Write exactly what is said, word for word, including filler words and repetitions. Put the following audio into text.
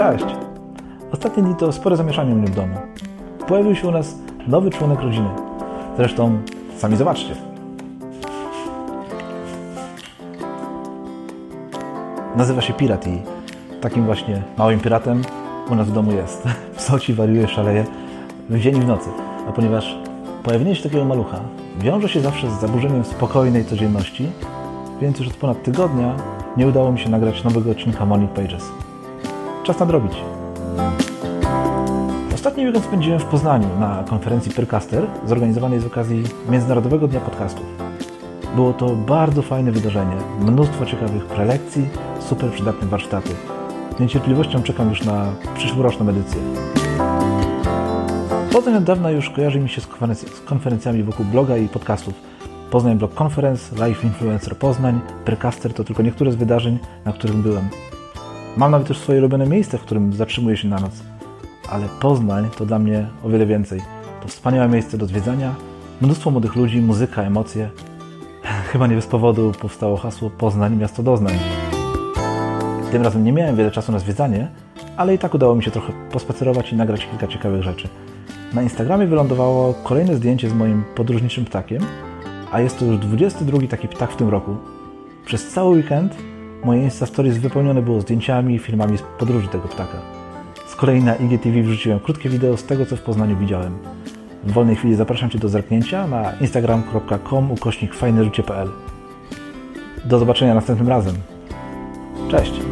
Cześć! Ostatnie dni to spore zamieszanie u mnie w domu. Pojawił się u nas nowy członek rodziny. Zresztą sami zobaczcie. Nazywa się Pirat i takim właśnie małym piratem u nas w domu jest. Psoci, wariuje, szaleje w dzień i w nocy. A ponieważ pojawienie się takiego malucha wiąże się zawsze z zaburzeniem spokojnej codzienności, więc już od ponad tygodnia nie udało mi się nagrać nowego odcinka Morning Pages. Czas nadrobić. Ostatni weekend spędziłem w Poznaniu na konferencji Percaster zorganizowanej z okazji Międzynarodowego Dnia Podcastów. Było to bardzo fajne wydarzenie, mnóstwo ciekawych prelekcji, super przydatne warsztaty. Z niecierpliwością czekam już na przyszłoroczną edycję. Poznań od dawna już kojarzy mi się z, konferenc- z konferencjami wokół bloga i podcastów. Poznań Blog Conference, Live Influencer Poznań, Percaster to tylko niektóre z wydarzeń, na których byłem. Mam nawet już swoje ulubione miejsce, w którym zatrzymuję się na noc. Ale Poznań to dla mnie o wiele więcej. To wspaniałe miejsce do zwiedzania, mnóstwo młodych ludzi, muzyka, emocje. Chyba nie bez powodu powstało hasło Poznań, miasto doznań. Tym razem nie miałem wiele czasu na zwiedzanie, ale i tak udało mi się trochę pospacerować i nagrać kilka ciekawych rzeczy. Na Instagramie wylądowało kolejne zdjęcie z moim podróżniczym ptakiem, a jest to już dwudziesty drugi taki ptak w tym roku. Przez cały weekend moje Insta Stories wypełnione było zdjęciami i filmami z podróży tego ptaka. Z kolei na I G T V wrzuciłem krótkie wideo z tego, co w Poznaniu widziałem. W wolnej chwili zapraszam Cię do zerknięcia na instagram kropka com ukośnik fajne życie kropka p l. Do zobaczenia następnym razem. Cześć!